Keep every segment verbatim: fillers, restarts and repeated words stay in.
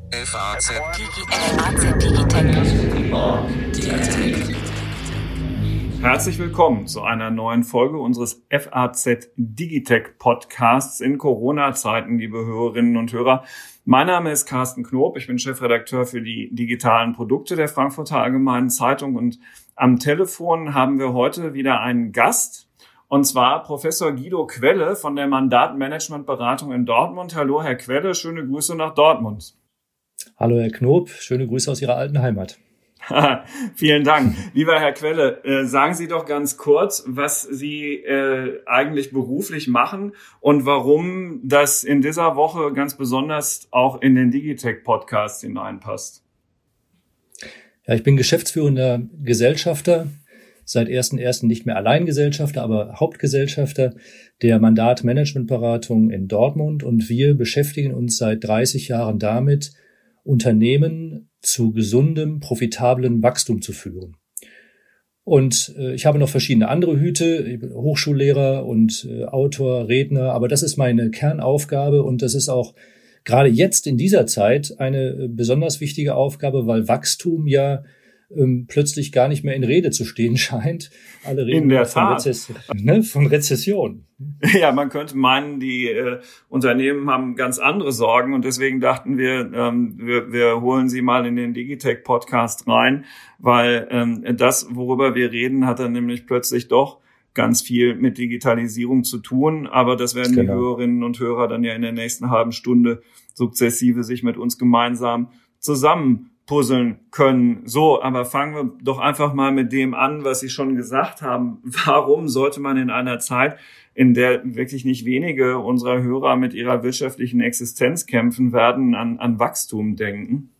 F A Z Digitech. Herzlich willkommen zu einer neuen Folge unseres F A Z Digitech Podcasts in Corona-Zeiten, liebe Hörerinnen und Hörer. Mein Name ist Carsten Knob, ich bin Chefredakteur für die digitalen Produkte der Frankfurter Allgemeinen Zeitung und am Telefon haben wir heute wieder einen Gast, und zwar Professor Guido Quelle von der Mandatmanagementberatung in Dortmund. Hallo Herr Quelle, schöne Grüße nach Dortmund. Hallo Herr Knob, schöne Grüße aus Ihrer alten Heimat. Vielen Dank. Lieber Herr Quelle, äh, sagen Sie doch ganz kurz, was Sie äh, eigentlich beruflich machen und warum das in dieser Woche ganz besonders auch in den Digitech-Podcast hineinpasst. Ja, ich bin geschäftsführender Gesellschafter, seit ersten ersten nicht mehr Alleingesellschafter, aber Hauptgesellschafter der Mandatmanagementberatung in Dortmund, und wir beschäftigen uns seit dreißig Jahren damit, Unternehmen zu gesundem, profitablen Wachstum zu führen. Und äh, ich habe noch verschiedene andere Hüte, ich bin Hochschullehrer und äh, Autor, Redner, aber das ist meine Kernaufgabe, und das ist auch gerade jetzt in dieser Zeit eine äh, besonders wichtige Aufgabe, weil Wachstum ja ähm, plötzlich gar nicht mehr in Rede zu stehen scheint. Alle reden in der von, Tat. Rezession, ne, von Rezession. Ja, man könnte meinen, die äh, Unternehmen haben ganz andere Sorgen, und deswegen dachten wir, ähm, wir, wir holen Sie mal in den Digitech-Podcast rein, weil ähm, das, worüber wir reden, hat dann nämlich plötzlich doch ganz viel mit Digitalisierung zu tun. Aber das werden genau. die Hörerinnen und Hörer dann ja in der nächsten halben Stunde sukzessive sich mit uns gemeinsam zusammen puzzeln können. So, aber fangen wir doch einfach mal mit dem an, was Sie schon gesagt haben. Warum sollte man in einer Zeit, in der wirklich nicht wenige unserer Hörer mit ihrer wirtschaftlichen Existenz kämpfen werden, an, an Wachstum denken?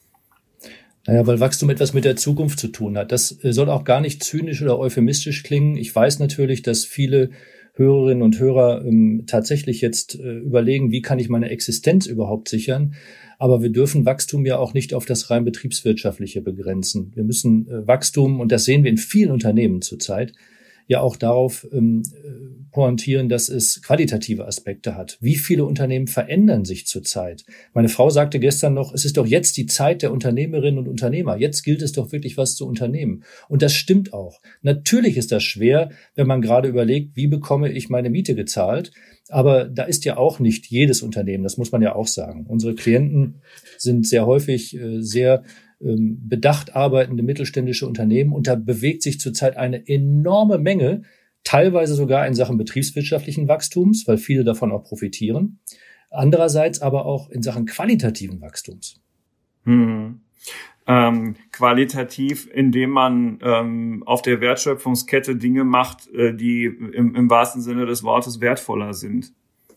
Naja, weil Wachstum etwas mit der Zukunft zu tun hat. Das soll auch gar nicht zynisch oder euphemistisch klingen. Ich weiß natürlich, dass viele Hörerinnen und Hörer ähm, tatsächlich jetzt äh, überlegen, wie kann ich meine Existenz überhaupt sichern? Aber wir dürfen Wachstum ja auch nicht auf das rein betriebswirtschaftliche begrenzen. Wir müssen äh, Wachstum, und das sehen wir in vielen Unternehmen zurzeit, ja auch darauf ähm, pointieren, dass es qualitative Aspekte hat. Wie viele Unternehmen verändern sich zurzeit? Meine Frau sagte gestern noch, es ist doch jetzt die Zeit der Unternehmerinnen und Unternehmer. Jetzt gilt es doch wirklich, was zu unternehmen. Und das stimmt auch. Natürlich ist das schwer, wenn man gerade überlegt, wie bekomme ich meine Miete gezahlt? Aber da ist ja auch nicht jedes Unternehmen, das muss man ja auch sagen. Unsere Klienten sind sehr häufig äh, sehr ähm, bedacht arbeitende mittelständische Unternehmen, und da bewegt sich zurzeit eine enorme Menge, teilweise sogar in Sachen betriebswirtschaftlichen Wachstums, weil viele davon auch profitieren, andererseits aber auch in Sachen qualitativen Wachstums. Hm. Ähm, qualitativ, indem man ähm, auf der Wertschöpfungskette Dinge macht, äh, die im, im wahrsten Sinne des Wortes wertvoller sind.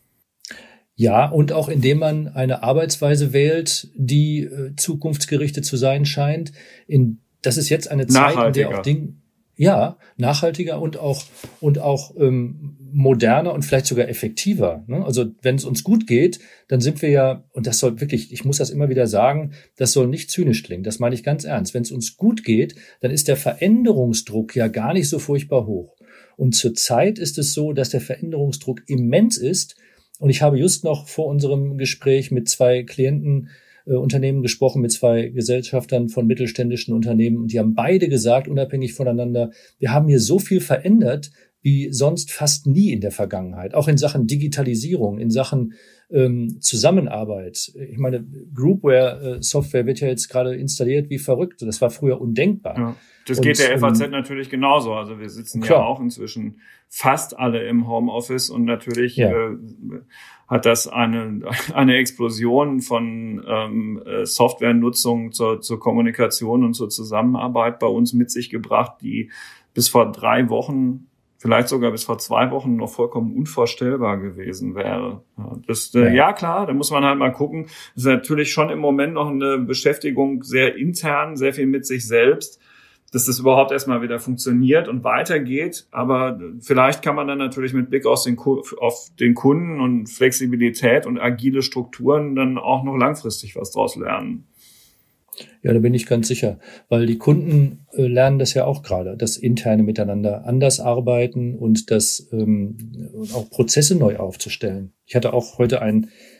Ja, und auch indem man eine Arbeitsweise wählt, die äh, zukunftsgerichtet zu sein scheint. In, das ist jetzt eine Zeit, in der auch Dinge, ja, nachhaltiger und auch und auch ähm, moderner und vielleicht sogar effektiver. Ne? Also wenn es uns gut geht, dann sind wir ja, und das soll wirklich, ich muss das immer wieder sagen, das soll nicht zynisch klingen, das meine ich ganz ernst. Wenn es uns gut geht, dann ist der Veränderungsdruck ja gar nicht so furchtbar hoch. Und zurzeit ist es so, dass der Veränderungsdruck immens ist. Und ich habe just noch vor unserem Gespräch mit zwei Klienten äh, Unternehmen gesprochen, mit zwei Gesellschaftern von mittelständischen Unternehmen. Und die haben beide gesagt, unabhängig voneinander, wir haben hier so viel verändert wie sonst fast nie in der Vergangenheit. Auch in Sachen Digitalisierung, in Sachen ähm, Zusammenarbeit. Ich meine, Groupware-Software wird ja jetzt gerade installiert wie verrückt. Das war früher undenkbar. Ja, das und, geht der F A Z ähm, natürlich genauso. Also wir sitzen klar. ja auch inzwischen fast alle im Homeoffice, und natürlich ja. äh, hat das eine eine Explosion von ähm, Softwarenutzung zur, zur Kommunikation und zur Zusammenarbeit bei uns mit sich gebracht, die bis vor drei Wochen, vielleicht sogar bis vor zwei Wochen noch vollkommen unvorstellbar gewesen wäre. Das, äh, ja. ja klar, da muss man halt mal gucken. Das ist natürlich schon im Moment noch eine Beschäftigung sehr intern, sehr viel mit sich selbst, dass das überhaupt erstmal wieder funktioniert und weitergeht. Aber vielleicht kann man dann natürlich mit Blick auf den, auf den Kunden und Flexibilität und agile Strukturen dann auch noch langfristig was draus lernen. Ja, da bin ich ganz sicher, weil die Kunden äh, lernen das ja auch gerade, das interne Miteinander anders arbeiten und das ähm, auch Prozesse neu aufzustellen. Ich hatte auch heute ein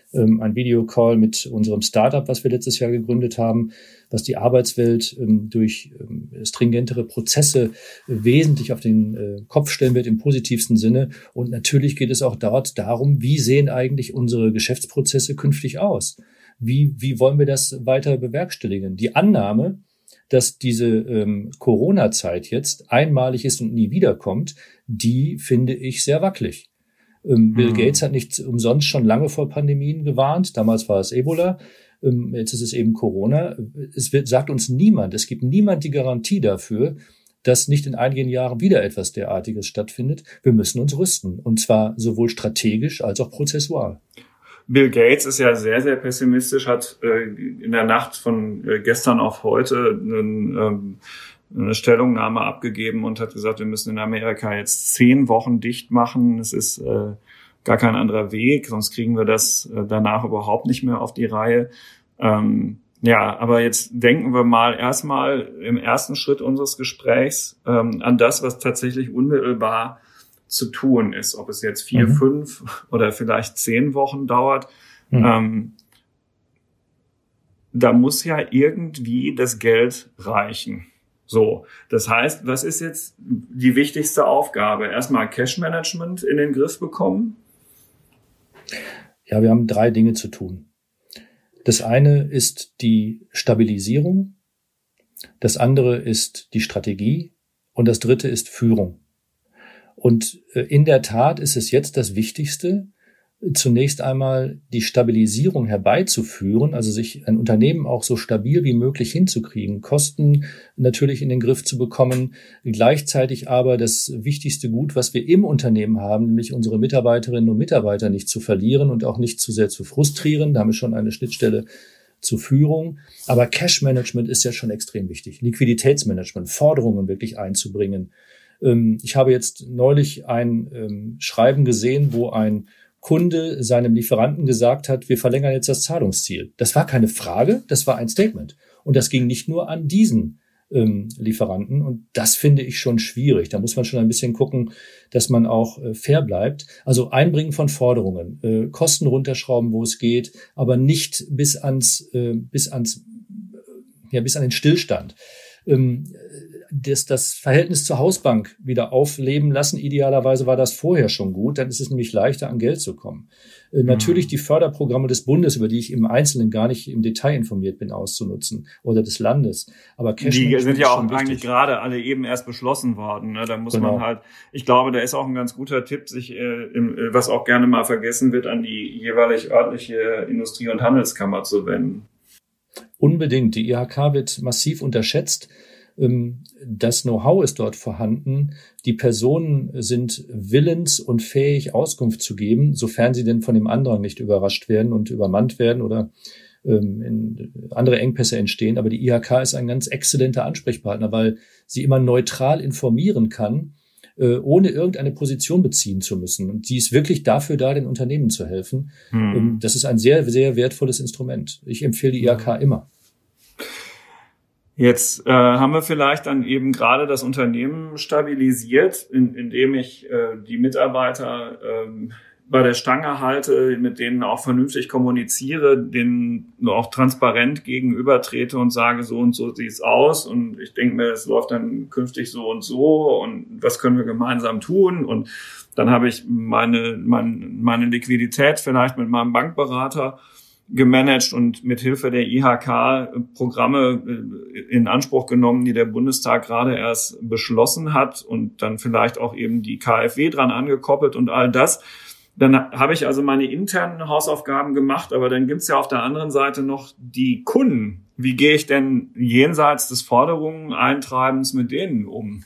ähm, ein Videocall mit unserem Startup, was wir letztes Jahr gegründet haben, was die Arbeitswelt ähm, durch ähm, stringentere Prozesse äh, wesentlich auf den äh, Kopf stellen wird im positivsten Sinne. Und natürlich geht es auch dort darum, wie sehen eigentlich unsere Geschäftsprozesse künftig aus? Wie, wie wollen wir das weiter bewerkstelligen? Die Annahme, dass diese ähm, Corona-Zeit jetzt einmalig ist und nie wiederkommt, die finde ich sehr wackelig. Ähm, Bill Gates hat nicht umsonst schon lange vor Pandemien gewarnt. Damals war es Ebola, ähm, jetzt ist es eben Corona. Es wird, sagt uns niemand, es gibt niemand die Garantie dafür, dass nicht in einigen Jahren wieder etwas derartiges stattfindet. Wir müssen uns rüsten, und zwar sowohl strategisch als auch prozessual. Bill Gates ist ja sehr, sehr pessimistisch, hat äh, in der Nacht von äh, gestern auf heute einen, ähm, eine Stellungnahme abgegeben und hat gesagt, wir müssen in Amerika jetzt zehn Wochen dicht machen. Es ist äh, gar kein anderer Weg, sonst kriegen wir das äh, danach überhaupt nicht mehr auf die Reihe. Ähm, ja, aber jetzt denken wir mal erstmal im ersten Schritt unseres Gesprächs ähm, an das, was tatsächlich unmittelbar zu tun ist, ob es jetzt vier, mhm. fünf oder vielleicht zehn Wochen dauert. Mhm. Ähm, da muss ja irgendwie das Geld reichen. So, das heißt, was ist jetzt die wichtigste Aufgabe? Erstmal Cash-Management in den Griff bekommen? Ja, wir haben drei Dinge zu tun. Das eine ist die Stabilisierung, das andere ist die Strategie und das dritte ist Führung. Und in der Tat ist es jetzt das Wichtigste, zunächst einmal die Stabilisierung herbeizuführen, also sich ein Unternehmen auch so stabil wie möglich hinzukriegen, Kosten natürlich in den Griff zu bekommen, gleichzeitig aber das wichtigste Gut, was wir im Unternehmen haben, nämlich unsere Mitarbeiterinnen und Mitarbeiter nicht zu verlieren und auch nicht zu sehr zu frustrieren. Da haben wir schon eine Schnittstelle zur Führung. Aber Cash-Management ist ja schon extrem wichtig. Liquiditätsmanagement, Forderungen wirklich einzubringen. Ich habe jetzt neulich ein ähm, Schreiben gesehen, wo ein Kunde seinem Lieferanten gesagt hat, wir verlängern jetzt das Zahlungsziel. Das war keine Frage, das war ein Statement. Und das ging nicht nur an diesen ähm, Lieferanten. Und das finde ich schon schwierig. Da muss man schon ein bisschen gucken, dass man auch äh, fair bleibt. Also Einbringen von Forderungen, äh, Kosten runterschrauben, wo es geht, aber nicht bis ans, äh, bis ans, äh, ja, bis an den Stillstand. Ähm, Das, das Verhältnis zur Hausbank wieder aufleben lassen. Idealerweise war das vorher schon gut. Dann ist es nämlich leichter, an Geld zu kommen. Äh, mhm. Natürlich die Förderprogramme des Bundes, über die ich im Einzelnen gar nicht im Detail informiert bin, auszunutzen. Oder des Landes. Aber Cash die sind ja auch eigentlich gerade alle eben erst beschlossen worden. Ne? Da muss genau. man halt, ich glaube, da ist auch ein ganz guter Tipp, sich, äh, im, was auch gerne mal vergessen wird, an die jeweilig örtliche Industrie- und Handelskammer zu wenden. Unbedingt. Die I H K wird massiv unterschätzt. Das Know-how ist dort vorhanden. Die Personen sind willens und fähig, Auskunft zu geben, sofern sie denn von dem anderen nicht überrascht werden und übermannt werden oder ähm, in andere Engpässe entstehen. Aber die I H K ist ein ganz exzellenter Ansprechpartner, weil sie immer neutral informieren kann, äh, ohne irgendeine Position beziehen zu müssen. Und die ist wirklich dafür da, den Unternehmen zu helfen. Hm. Ähm, das ist ein sehr, sehr wertvolles Instrument. Ich empfehle die I H K immer. Jetzt äh, haben wir vielleicht dann eben gerade das Unternehmen stabilisiert, in, indem ich äh, die Mitarbeiter ähm, bei der Stange halte, mit denen auch vernünftig kommuniziere, denen auch transparent gegenübertrete und sage, so und so sieht's aus und ich denke mir, es läuft dann künftig so und so und was können wir gemeinsam tun, und dann habe ich meine, meine, meine Liquidität vielleicht mit meinem Bankberater gemanagt und mit Hilfe der I H K Programme in Anspruch genommen, die der Bundestag gerade erst beschlossen hat, und dann vielleicht auch eben die K f W dran angekoppelt und all das. Dann habe ich also meine internen Hausaufgaben gemacht, aber dann gibt's ja auf der anderen Seite noch die Kunden. Wie gehe ich denn jenseits des Forderungen-Eintreibens mit denen um?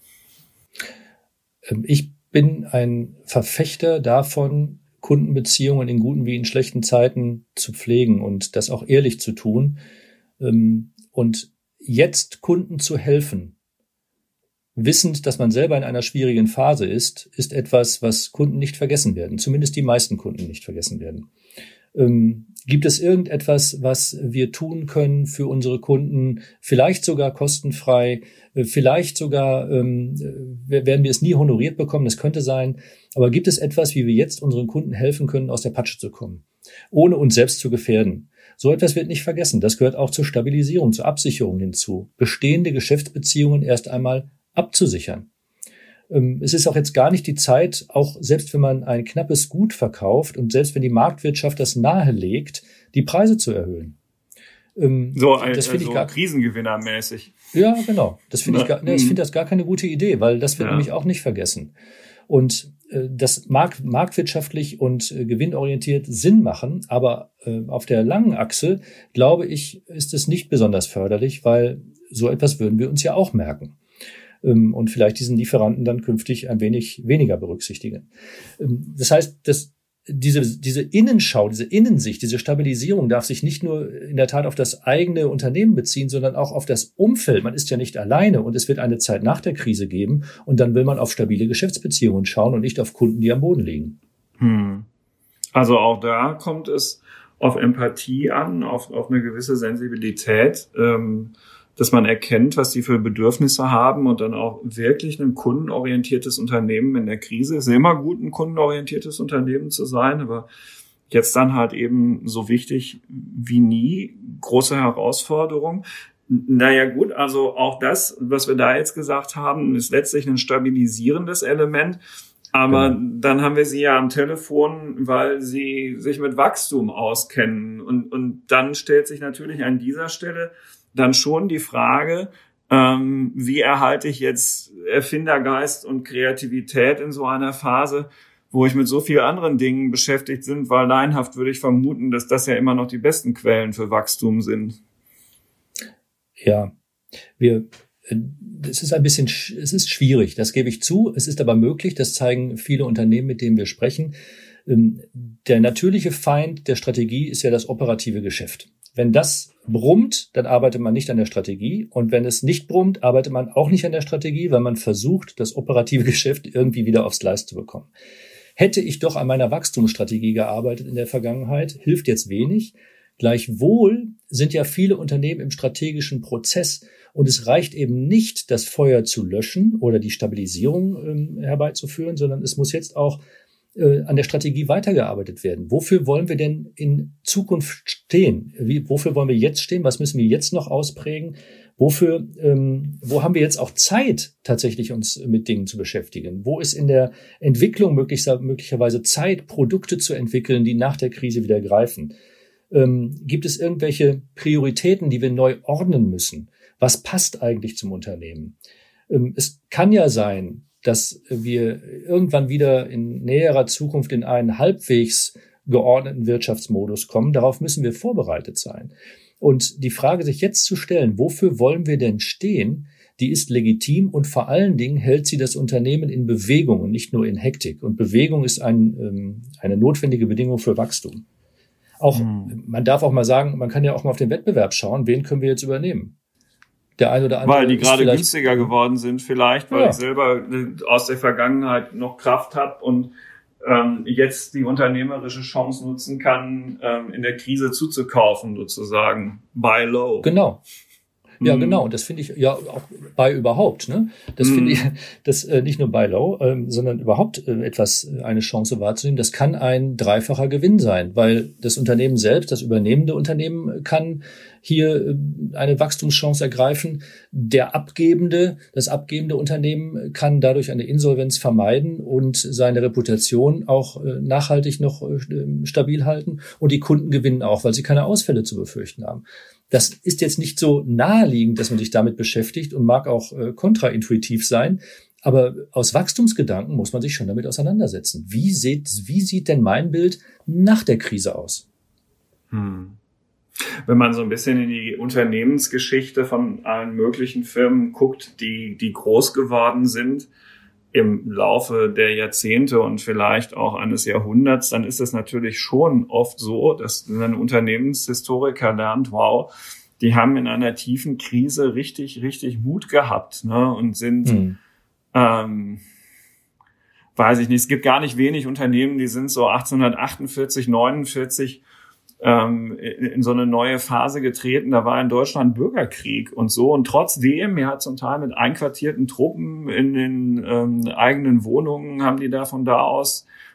Ich bin ein Verfechter davon, Kundenbeziehungen in guten wie in schlechten Zeiten zu pflegen und das auch ehrlich zu tun. Und jetzt Kunden zu helfen, wissend, dass man selber in einer schwierigen Phase ist, ist etwas, was Kunden nicht vergessen werden. Zumindest die meisten Kunden nicht vergessen werden. Ähm, gibt es irgendetwas, was wir tun können für unsere Kunden, vielleicht sogar kostenfrei, äh, vielleicht sogar ähm, werden wir es nie honoriert bekommen, das könnte sein, aber gibt es etwas, wie wir jetzt unseren Kunden helfen können, aus der Patsche zu kommen? ohne uns selbst zu gefährden. So etwas wird nicht vergessen. Das gehört auch zur Stabilisierung, zur Absicherung hinzu. Bestehende Geschäftsbeziehungen erst einmal abzusichern. Es ist auch jetzt gar nicht die Zeit, auch selbst wenn man ein knappes Gut verkauft und selbst wenn die Marktwirtschaft das nahelegt, die Preise zu erhöhen. So, ein, das finde so ich gar, Krisengewinnermäßig. Ja, genau. Das finde ich, gar, ich finde das gar keine gute Idee, weil das wird ja. nämlich auch nicht vergessen. Und äh, das mag marktwirtschaftlich und äh, gewinnorientiert Sinn machen, aber äh, auf der langen Achse, glaube ich, ist es nicht besonders förderlich, weil so etwas würden wir uns ja auch merken. Ähm, und vielleicht diesen Lieferanten dann künftig ein wenig weniger berücksichtigen. Ähm, das heißt, dass diese, diese Innenschau, diese Innensicht, diese Stabilisierung darf sich nicht nur in der Tat auf das eigene Unternehmen beziehen, sondern auch auf das Umfeld. Man ist ja nicht alleine und es wird eine Zeit nach der Krise geben und dann will man auf stabile Geschäftsbeziehungen schauen und nicht auf Kunden, die am Boden liegen. Hm. Also auch da kommt es auf Empathie an, auf, auf eine gewisse Sensibilität, ähm, dass man erkennt, was die für Bedürfnisse haben und dann auch wirklich ein kundenorientiertes Unternehmen in der Krise. Es ist immer gut, ein kundenorientiertes Unternehmen zu sein, aber jetzt dann halt eben so wichtig wie nie, große Herausforderung. Naja gut, also auch das, was wir da jetzt gesagt haben, ist letztlich ein stabilisierendes Element. Aber genau. Dann haben wir sie ja am Telefon, weil sie sich mit Wachstum auskennen. Und, und dann stellt sich natürlich an dieser Stelle dann schon die Frage, ähm, wie erhalte ich jetzt Erfindergeist und Kreativität in so einer Phase, wo ich mit so vielen anderen Dingen beschäftigt bin, weil laienhaft würde ich vermuten, dass das ja immer noch die besten Quellen für Wachstum sind. Ja, wir, es ist ein bisschen, es ist schwierig, das gebe ich zu. Es ist aber möglich, das zeigen viele Unternehmen, mit denen wir sprechen. Der natürliche Feind der Strategie ist ja das operative Geschäft. Wenn das brummt, dann arbeitet man nicht an der Strategie. Und wenn es nicht brummt, arbeitet man auch nicht an der Strategie, weil man versucht, das operative Geschäft irgendwie wieder aufs Gleis zu bekommen. Hätte ich doch an meiner Wachstumsstrategie gearbeitet in der Vergangenheit, hilft jetzt wenig. Gleichwohl sind ja viele Unternehmen im strategischen Prozess und es reicht eben nicht, das Feuer zu löschen oder die Stabilisierung ähm, herbeizuführen, sondern es muss jetzt auch an der Strategie weitergearbeitet werden. Wofür wollen wir denn in Zukunft stehen? Wie, wofür wollen wir jetzt stehen? Was müssen wir jetzt noch ausprägen? Wofür, ähm, wo haben wir jetzt auch Zeit, tatsächlich uns mit Dingen zu beschäftigen? Wo ist in der Entwicklung möglich, möglicherweise Zeit, Produkte zu entwickeln, die nach der Krise wieder greifen? Ähm, gibt es irgendwelche Prioritäten, die wir neu ordnen müssen? Was passt eigentlich zum Unternehmen? Ähm, es kann ja sein, dass wir irgendwann wieder in näherer Zukunft in einen halbwegs geordneten Wirtschaftsmodus kommen. Darauf müssen wir vorbereitet sein. Und die Frage, sich jetzt zu stellen, wofür wollen wir denn stehen, die ist legitim und vor allen Dingen hält sie das Unternehmen in Bewegung und nicht nur in Hektik. Und Bewegung ist ein, eine notwendige Bedingung für Wachstum. Auch, hm. man darf auch mal sagen, man kann ja auch mal auf den Wettbewerb schauen, wen können wir jetzt übernehmen? Der ein oder andere weil die gerade günstiger geworden sind vielleicht, weil ja. ich selber aus der Vergangenheit noch Kraft habe und ähm, jetzt die unternehmerische Chance nutzen kann, ähm, in der Krise zuzukaufen sozusagen. Buy low. Genau. Ja, genau. Und das finde ich ja auch bei überhaupt. Ne? Das mm. finde ich, das äh, nicht nur bei low, ähm, sondern überhaupt äh, etwas, äh, eine Chance wahrzunehmen. Das kann ein dreifacher Gewinn sein, weil das Unternehmen selbst, das übernehmende Unternehmen kann hier äh, eine Wachstumschance ergreifen. Der abgebende, das abgebende Unternehmen kann dadurch eine Insolvenz vermeiden und seine Reputation auch äh, nachhaltig noch äh, stabil halten. Und die Kunden gewinnen auch, weil sie keine Ausfälle zu befürchten haben. Das ist jetzt nicht so naheliegend, dass man sich damit beschäftigt und mag auch äh, kontraintuitiv sein. Aber aus Wachstumsgedanken muss man sich schon damit auseinandersetzen. Wie sieht, wie sieht denn mein Bild nach der Krise aus? Hm. Wenn man so ein bisschen in die Unternehmensgeschichte von allen möglichen Firmen guckt, die, die groß geworden sind im Laufe der Jahrzehnte und vielleicht auch eines Jahrhunderts, dann ist es natürlich schon oft so, dass ein Unternehmenshistoriker lernt, wow, die haben in einer tiefen Krise richtig, richtig Mut gehabt, ne, und sind, hm. ähm, weiß ich nicht, es gibt gar nicht wenig Unternehmen, die sind so achtzehnhundertachtundvierzig, neunundvierzig ähm, in, in so eine neue Phase getreten. Da war in Deutschland Bürgerkrieg und so. Und trotzdem, ja, zum Teil mit einquartierten Truppen in den ähm, eigenen Wohnungen, haben die da von da aus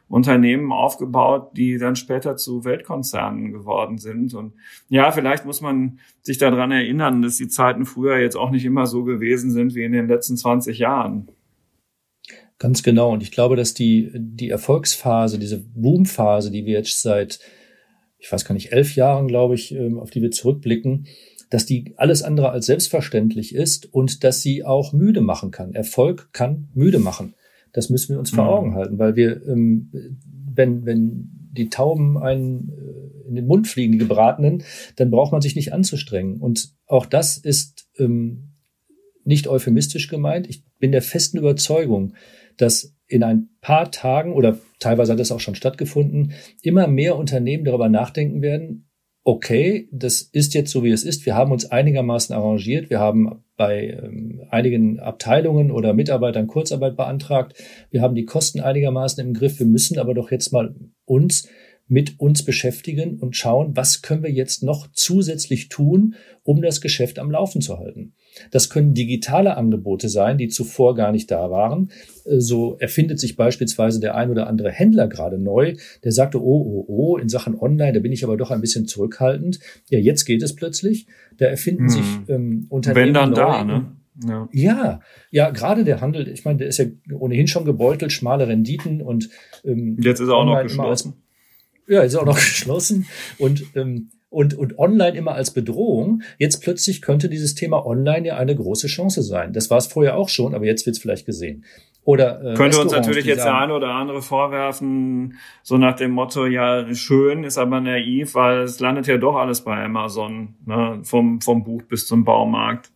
Unternehmen aufgebaut, die dann später zu Weltkonzernen geworden sind. Und ja, vielleicht muss man sich daran erinnern, dass die Zeiten früher jetzt auch nicht immer so gewesen sind wie in den letzten zwanzig Jahren. Ganz genau. Und ich glaube, dass die, die Erfolgsphase, diese Boomphase, die wir jetzt seit, ich weiß gar nicht, elf Jahren, glaube ich, auf die wir zurückblicken, dass die alles andere als selbstverständlich ist und dass sie auch müde machen kann. Erfolg kann müde machen. Das müssen wir uns vor Augen halten, weil wir, wenn, wenn die Tauben einen in den Mund fliegen, die gebratenen, dann braucht man sich nicht anzustrengen. Und auch das ist ähm, nicht euphemistisch gemeint. Ich bin der festen Überzeugung, dass in ein paar Tagen, oder teilweise hat das auch schon stattgefunden, immer mehr Unternehmen darüber nachdenken werden, okay, das ist jetzt so, wie es ist. Wir haben uns einigermaßen arrangiert. Wir haben bei ähm, einigen Abteilungen oder Mitarbeitern Kurzarbeit beantragt. Wir haben die Kosten einigermaßen im Griff. Wir müssen aber doch jetzt mal uns mit uns beschäftigen und schauen, was können wir jetzt noch zusätzlich tun, um das Geschäft am Laufen zu halten. Das können digitale Angebote sein, die zuvor gar nicht da waren. So erfindet sich beispielsweise der ein oder andere Händler gerade neu, der sagte, oh, oh, oh, in Sachen Online, da bin ich aber doch ein bisschen zurückhaltend. Ja, jetzt geht es plötzlich. Da erfinden hm. sich ähm, Unternehmen Wenn dann neu. Da, ne? Ja. ja, ja, gerade der Handel, ich meine, der ist ja ohnehin schon gebeutelt, schmale Renditen und ähm, jetzt ist er auch noch geschlossen. Ja, ist auch noch geschlossen und ähm, und und online immer als Bedrohung. Jetzt plötzlich könnte dieses Thema Online ja eine große Chance sein. Das war es vorher auch schon, aber jetzt wird es vielleicht gesehen. Oder äh, könnte uns natürlich jetzt der eine oder andere vorwerfen, so nach dem Motto, ja, schön, ist aber naiv, weil es landet ja doch alles bei Amazon, ne? vom vom Buch bis zum Baumarkt.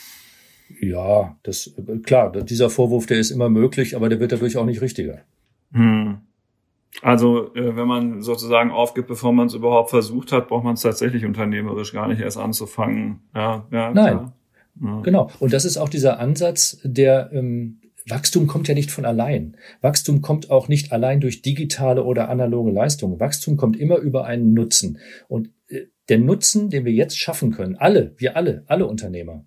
Ja, das klar, dieser Vorwurf, der ist immer möglich, aber der wird dadurch auch nicht richtiger. Hm. Also äh, wenn man sozusagen aufgibt, bevor man es überhaupt versucht hat, braucht man es tatsächlich unternehmerisch gar nicht erst anzufangen. Ja, ja, Nein, ja. Genau. Und das ist auch dieser Ansatz, der ähm, Wachstum kommt ja nicht von allein. Wachstum kommt auch nicht allein durch digitale oder analoge Leistungen. Wachstum kommt immer über einen Nutzen. Und äh, der Nutzen, den wir jetzt schaffen können, alle, wir alle, alle Unternehmer,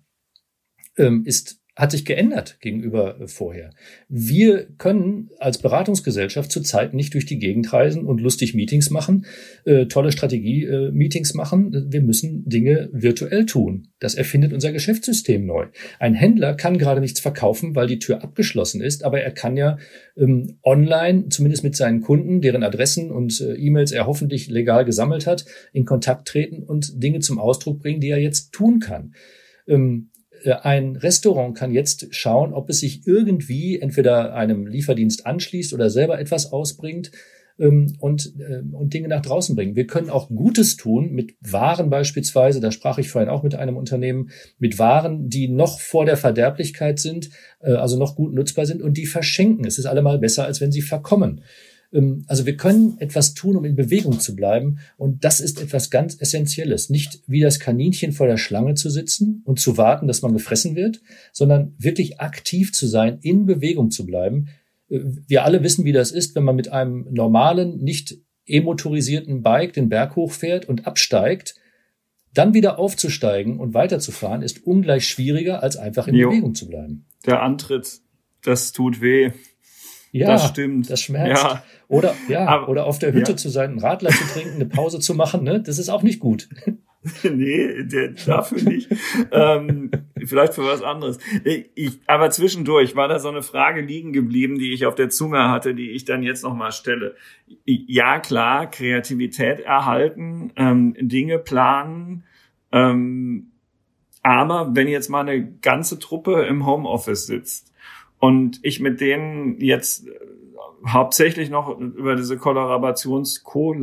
ähm, ist hat sich geändert gegenüber vorher. Wir können als Beratungsgesellschaft zurzeit nicht durch die Gegend reisen und lustig Meetings machen, äh, tolle Strategie-Meetings äh, machen. Wir müssen Dinge virtuell tun. Das erfindet unser Geschäftssystem neu. Ein Händler kann gerade nichts verkaufen, weil die Tür abgeschlossen ist, aber er kann ja ähm, online, zumindest mit seinen Kunden, deren Adressen und äh, E-Mails er hoffentlich legal gesammelt hat, in Kontakt treten und Dinge zum Ausdruck bringen, die er jetzt tun kann. Ähm, Ein Restaurant kann jetzt schauen, ob es sich irgendwie entweder einem Lieferdienst anschließt oder selber etwas ausbringt ähm, und, äh, und Dinge nach draußen bringen. Wir können auch Gutes tun mit Waren beispielsweise, da sprach ich vorhin auch mit einem Unternehmen, mit Waren, die noch vor der Verderblichkeit sind, äh, also noch gut nutzbar sind und die verschenken. Es ist allemal besser, als wenn sie verkommen. Also wir können etwas tun, um in Bewegung zu bleiben. Und das ist etwas ganz Essentielles. Nicht wie das Kaninchen vor der Schlange zu sitzen und zu warten, dass man gefressen wird, sondern wirklich aktiv zu sein, in Bewegung zu bleiben. Wir alle wissen, wie das ist, wenn man mit einem normalen, nicht e-motorisierten Bike den Berg hochfährt und absteigt. Dann wieder aufzusteigen und weiterzufahren, ist ungleich schwieriger, als einfach in jo. Bewegung zu bleiben. Der Antritt, das tut weh. Ja, das stimmt. Das schmerzt. Ja. Oder, ja, aber, oder auf der Hütte ja. zu sein, einen Radler zu trinken, eine Pause zu machen, ne? Das ist auch nicht gut. Nee, der, dafür nicht. ähm, vielleicht für was anderes. Ich, aber zwischendurch war da so eine Frage liegen geblieben, die ich auf der Zunge hatte, die ich dann jetzt nochmal stelle. Ja, klar, Kreativität erhalten, ähm, Dinge planen, ähm, aber wenn jetzt mal eine ganze Truppe im Homeoffice sitzt, und ich mit denen jetzt hauptsächlich noch über diese Kollaborations-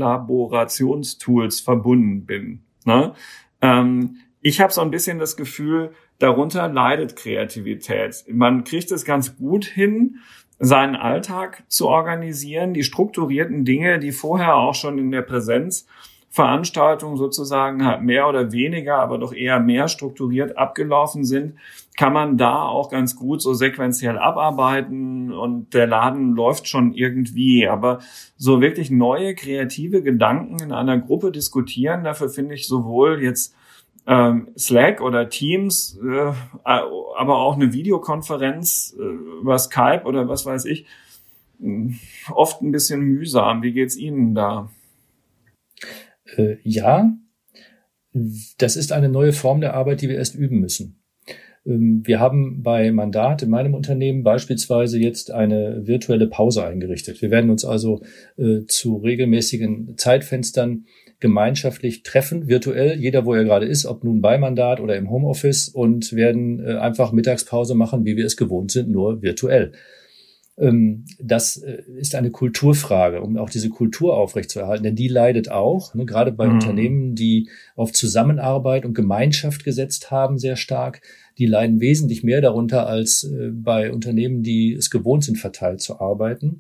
Kollaborationstools verbunden bin. Ne? Ähm, ich habe so ein bisschen das Gefühl, darunter leidet Kreativität. Man kriegt es ganz gut hin, seinen Alltag zu organisieren, die strukturierten Dinge, die vorher auch schon in der Präsenzveranstaltung sozusagen halt mehr oder weniger, aber doch eher mehr strukturiert abgelaufen sind, kann man da auch ganz gut so sequenziell abarbeiten und der Laden läuft schon irgendwie. Aber so wirklich neue, kreative Gedanken in einer Gruppe diskutieren, dafür finde ich sowohl jetzt ähm, Slack oder Teams, äh, aber auch eine Videokonferenz äh, über Skype oder was weiß ich, oft ein bisschen mühsam. Wie geht's Ihnen da? Äh, ja, das ist eine neue Form der Arbeit, die wir erst üben müssen. Ähm, wir haben bei Mandat in meinem Unternehmen beispielsweise jetzt eine virtuelle Pause eingerichtet. Wir werden uns also äh, zu regelmäßigen Zeitfenstern gemeinschaftlich treffen, virtuell, jeder, wo er gerade ist, ob nun bei Mandat oder im Homeoffice, und werden äh, einfach Mittagspause machen, wie wir es gewohnt sind, nur virtuell. Ähm, das äh, ist eine Kulturfrage, um auch diese Kultur aufrechtzuerhalten, denn die leidet auch, ne, gerade bei mhm. Unternehmen, die auf Zusammenarbeit und Gemeinschaft gesetzt haben, sehr stark. Die leiden wesentlich mehr darunter als äh, bei Unternehmen, die es gewohnt sind, verteilt zu arbeiten.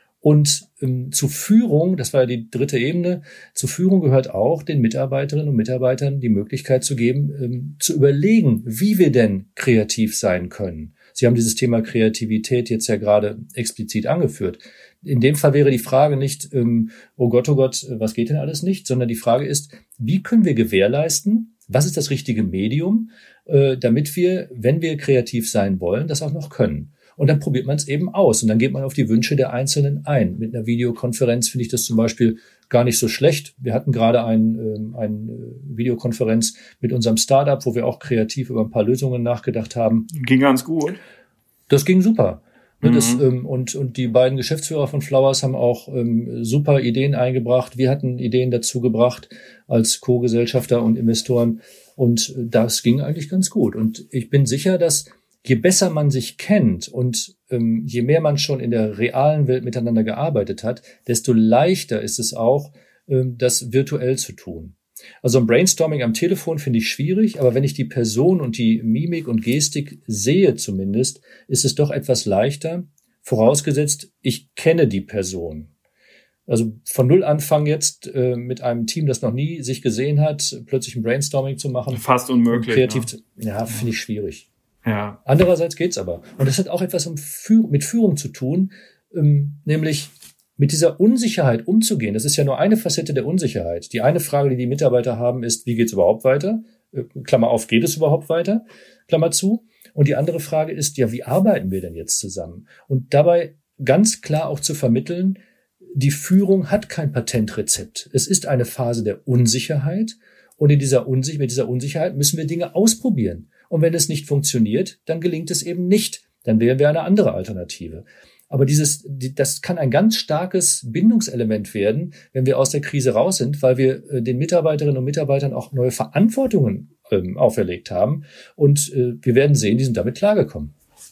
Und ähm, zur Führung, das war ja die dritte Ebene, zur Führung gehört auch, den Mitarbeiterinnen und Mitarbeitern die Möglichkeit zu geben, ähm, zu überlegen, wie wir denn kreativ sein können. Sie haben dieses Thema Kreativität jetzt ja gerade explizit angeführt. In dem Fall wäre die Frage nicht, ähm, oh Gott, oh Gott, was geht denn alles nicht, sondern die Frage ist, wie können wir gewährleisten, was ist das richtige Medium, äh, damit wir, wenn wir kreativ sein wollen, das auch noch können. Und dann probiert man es eben aus und dann geht man auf die Wünsche der Einzelnen ein. Mit einer Videokonferenz finde ich das zum Beispiel gar nicht so schlecht. Wir hatten gerade ein, äh, eine Videokonferenz mit unserem Startup, wo wir auch kreativ über ein paar Lösungen nachgedacht haben. Ging ganz gut. Das ging super. Mhm. Das, ähm, und, und die beiden Geschäftsführer von Flowers haben auch ähm, super Ideen eingebracht. Wir hatten Ideen dazu gebracht als Co-Gesellschafter und Investoren. Und das ging eigentlich ganz gut. Und ich bin sicher, dass je besser man sich kennt und ähm, je mehr man schon in der realen Welt miteinander gearbeitet hat, desto leichter ist es auch, ähm, das virtuell zu tun. Also ein Brainstorming am Telefon finde ich schwierig, aber wenn ich die Person und die Mimik und Gestik sehe zumindest, ist es doch etwas leichter, vorausgesetzt, ich kenne die Person. Also von null anfangen jetzt äh, mit einem Team, das noch nie sich gesehen hat, plötzlich ein Brainstorming zu machen. Fast unmöglich. Kreativ, ne? zu, ja, finde ich schwierig. Ja. Andererseits geht's aber. Und das hat auch etwas mit Führung zu tun, ähm, nämlich mit dieser Unsicherheit umzugehen. Das ist ja nur eine Facette der Unsicherheit. Die eine Frage, die die Mitarbeiter haben, ist, wie geht's überhaupt weiter? Äh, Klammer auf, geht es überhaupt weiter? Klammer zu. Und die andere Frage ist, ja, wie arbeiten wir denn jetzt zusammen? Und dabei ganz klar auch zu vermitteln, die Führung hat kein Patentrezept. Es ist eine Phase der Unsicherheit. Und in dieser Unsicherheit, mit dieser Unsicherheit müssen wir Dinge ausprobieren. Und wenn es nicht funktioniert, dann gelingt es eben nicht. Dann wählen wir eine andere Alternative. Aber dieses, das kann ein ganz starkes Bindungselement werden, wenn wir aus der Krise raus sind, weil wir den Mitarbeiterinnen und Mitarbeitern auch neue Verantwortungen ähm, auferlegt haben. Und äh, wir werden sehen, die sind damit klargekommen.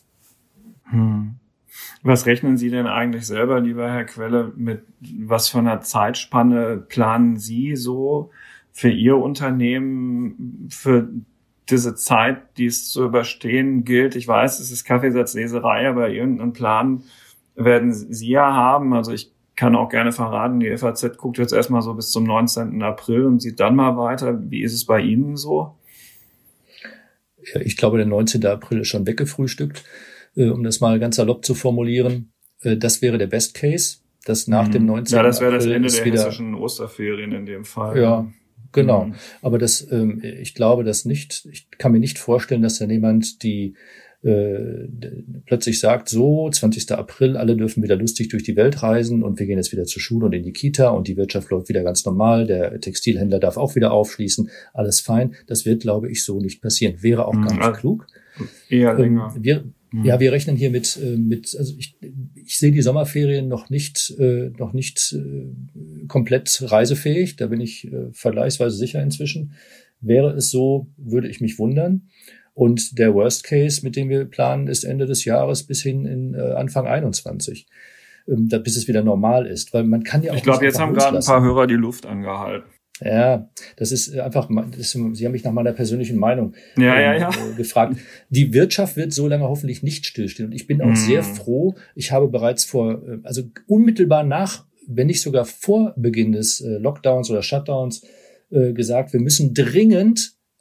Hm. Was rechnen Sie denn eigentlich selber, lieber Herr Quelle, mit was für einer Zeitspanne planen Sie so für Ihr Unternehmen, für diese Zeit, die es zu überstehen gilt? Ich weiß, es ist Kaffeesatzleserei, aber irgendeinen Plan werden Sie ja haben. Also ich kann auch gerne verraten, die F A Z guckt jetzt erstmal so bis zum neunzehnten April und sieht dann mal weiter. Wie ist es bei Ihnen so? Ja, ich glaube, der neunzehnten April ist schon weggefrühstückt, äh, um das mal ganz salopp zu formulieren. Äh, das wäre der Best Case, dass nach mhm. dem neunzehnten April. Ja, das wäre das Ende der wieder hessischen Osterferien in dem Fall. Ja, genau. Mhm. Aber das, ähm, ich glaube das nicht. Ich kann mir nicht vorstellen, dass da jemand die äh, plötzlich sagt, so, zwanzigsten April, alle dürfen wieder lustig durch die Welt reisen und wir gehen jetzt wieder zur Schule und in die Kita und die Wirtschaft läuft wieder ganz normal, der Textilhändler darf auch wieder aufschließen, alles fein. Das wird, glaube ich, so nicht passieren. Wäre auch mhm. gar nicht also klug. Eher länger. Ähm, wir, mhm. Ja, wir rechnen hier mit, mit also ich, ich sehe die Sommerferien noch nicht, äh, noch nicht äh, komplett reisefähig. Da bin ich äh, vergleichsweise sicher inzwischen. Wäre es so, würde ich mich wundern. Und der Worst Case, mit dem wir planen, ist Ende des Jahres bis hin in äh, Anfang einundzwanzig, ähm, da, bis es wieder normal ist. Weil man kann ja auch. Ich glaube, jetzt haben gerade ein paar Hörer die Luft angehalten. Ja, das ist einfach, das ist, Sie haben mich nach meiner persönlichen Meinung ja, ähm, ja, ja. Äh, gefragt. Die Wirtschaft wird so lange hoffentlich nicht stillstehen. Und ich bin auch mm. sehr froh. Ich habe bereits vor, also unmittelbar nach, wenn nicht sogar vor Beginn des äh, Lockdowns oder Shutdowns äh, gesagt, wir müssen dringend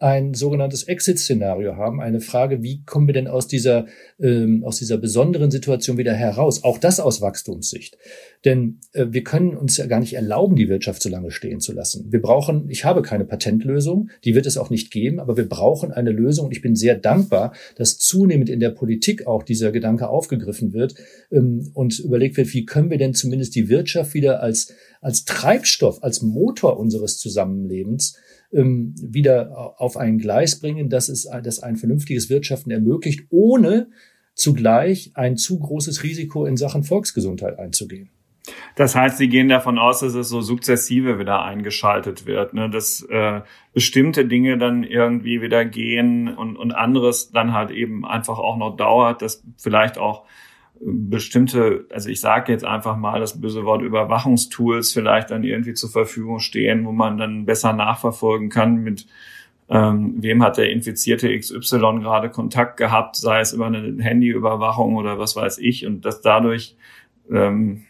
ein sogenanntes Exit-Szenario haben, eine Frage, wie kommen wir denn aus dieser, ähm, aus dieser besonderen Situation wieder heraus? Auch das aus Wachstumssicht. Denn äh, wir können uns ja gar nicht erlauben, die Wirtschaft so lange stehen zu lassen. Wir brauchen, ich habe keine Patentlösung, die wird es auch nicht geben, aber wir brauchen eine Lösung und ich bin sehr dankbar, dass zunehmend in der Politik auch dieser Gedanke aufgegriffen wird ähm, und überlegt wird, wie können wir denn zumindest die Wirtschaft wieder als, als Treibstoff, als Motor unseres Zusammenlebens ähm, wieder auf ein Gleis bringen, dass es dass ein vernünftiges Wirtschaften ermöglicht, ohne zugleich ein zu großes Risiko in Sachen Volksgesundheit einzugehen. Das heißt, Sie gehen davon aus, dass es so sukzessive wieder eingeschaltet wird, ne? Dass äh, bestimmte Dinge dann irgendwie wieder gehen und, und anderes dann halt eben einfach auch noch dauert, dass vielleicht auch bestimmte, also ich sage jetzt einfach mal das böse Wort Überwachungstools vielleicht dann irgendwie zur Verfügung stehen, wo man dann besser nachverfolgen kann, mit ähm, wem hat der infizierte X Y gerade Kontakt gehabt, sei es über eine Handyüberwachung oder was weiß ich, und dass dadurch ähm,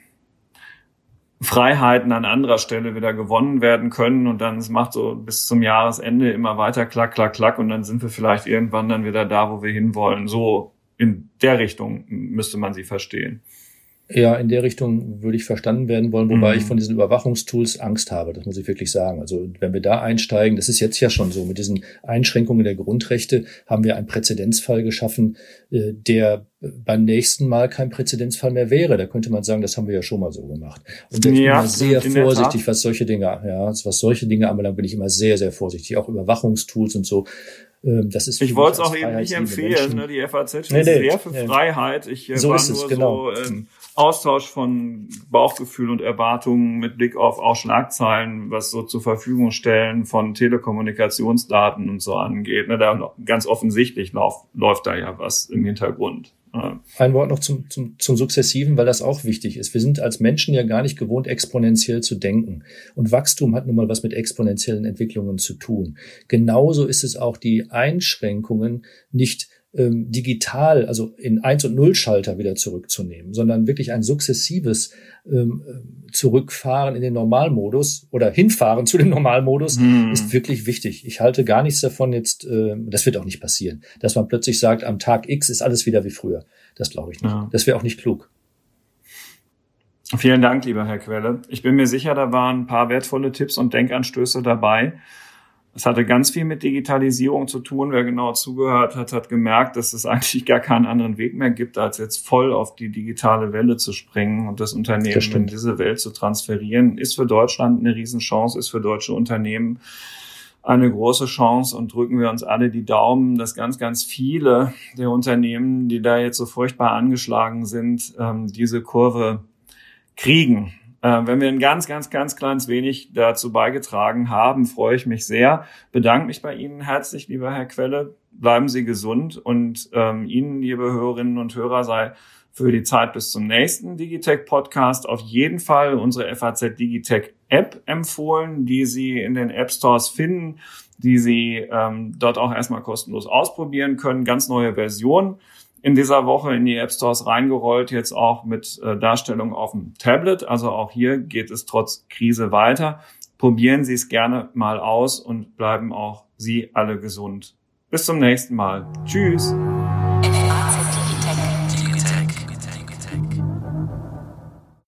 Freiheiten an anderer Stelle wieder gewonnen werden können und dann es macht so bis zum Jahresende immer weiter klack, klack, klack und dann sind wir vielleicht irgendwann dann wieder da, wo wir hinwollen. So in der Richtung müsste man sie verstehen. Ja, in der Richtung würde ich verstanden werden wollen, wobei Mhm. ich von diesen Überwachungstools Angst habe, das muss ich wirklich sagen. Also wenn wir da einsteigen, das ist jetzt ja schon so, mit diesen Einschränkungen der Grundrechte haben wir einen Präzedenzfall geschaffen, äh, der beim nächsten Mal kein Präzedenzfall mehr wäre. Da könnte man sagen, das haben wir ja schon mal so gemacht. Und ich Ja, bin immer sehr in der vorsichtig, Tat. was solche Dinge, ja, was solche Dinge anbelangt, bin ich immer sehr, sehr vorsichtig. Auch Überwachungstools und so. Ähm, Das ist für Ich mich wollte es als auch eben nicht freiheitsliebende empfehlen. Menschen- Ne? Die F A Z Nee, steht nee, sehr für nee. Freiheit. Ich äh, So war ist nur es, genau. so im Austausch von Bauchgefühl und Erwartungen mit Blick auf auch Schlagzeilen, was so zur Verfügung stellen von Telekommunikationsdaten und so angeht. Ne? Da ganz offensichtlich lauf, läuft da ja was im Hintergrund. Ja. Ein Wort noch zum, zum, zum Sukzessiven, weil das auch wichtig ist. Wir sind als Menschen ja gar nicht gewohnt, exponentiell zu denken. Und Wachstum hat nun mal was mit exponentiellen Entwicklungen zu tun. Genauso ist es auch, die Einschränkungen nicht ähm, digital, also in Eins- und Nullschalter wieder zurückzunehmen, sondern wirklich ein sukzessives ähm, Zurückfahren in den Normalmodus oder hinfahren zu dem Normalmodus Hm. ist wirklich wichtig. Ich halte gar nichts davon jetzt, äh, das wird auch nicht passieren, dass man plötzlich sagt, am Tag X ist alles wieder wie früher. Das glaube ich nicht. Ja. Das wäre auch nicht klug. Vielen Dank, lieber Herr Quelle. Ich bin mir sicher, da waren ein paar wertvolle Tipps und Denkanstöße dabei. Es hatte ganz viel mit Digitalisierung zu tun. Wer genau zugehört hat, hat gemerkt, dass es eigentlich gar keinen anderen Weg mehr gibt, als jetzt voll auf die digitale Welle zu springen und das Unternehmen Das in stimmt. diese Welt zu transferieren. Ist für Deutschland eine Riesenchance, ist für deutsche Unternehmen eine große Chance, und drücken wir uns alle die Daumen, dass ganz, ganz viele der Unternehmen, die da jetzt so furchtbar angeschlagen sind, ähm, diese Kurve kriegen. Äh, wenn wir ein ganz, ganz, ganz kleines wenig dazu beigetragen haben, freue ich mich sehr. Bedanke mich bei Ihnen herzlich, lieber Herr Quelle. Bleiben Sie gesund, und ähm, Ihnen, liebe Hörerinnen und Hörer, sei für die Zeit bis zum nächsten Digitech-Podcast auf jeden Fall unsere F A Z Digitech-App empfohlen, die Sie in den App-Stores finden, die Sie ähm, dort auch erstmal kostenlos ausprobieren können. Ganz neue Version in dieser Woche in die App-Stores reingerollt, jetzt auch mit äh, Darstellung auf dem Tablet. Also auch hier geht es trotz Krise weiter. Probieren Sie es gerne mal aus und bleiben auch Sie alle gesund. Bis zum nächsten Mal. Tschüss.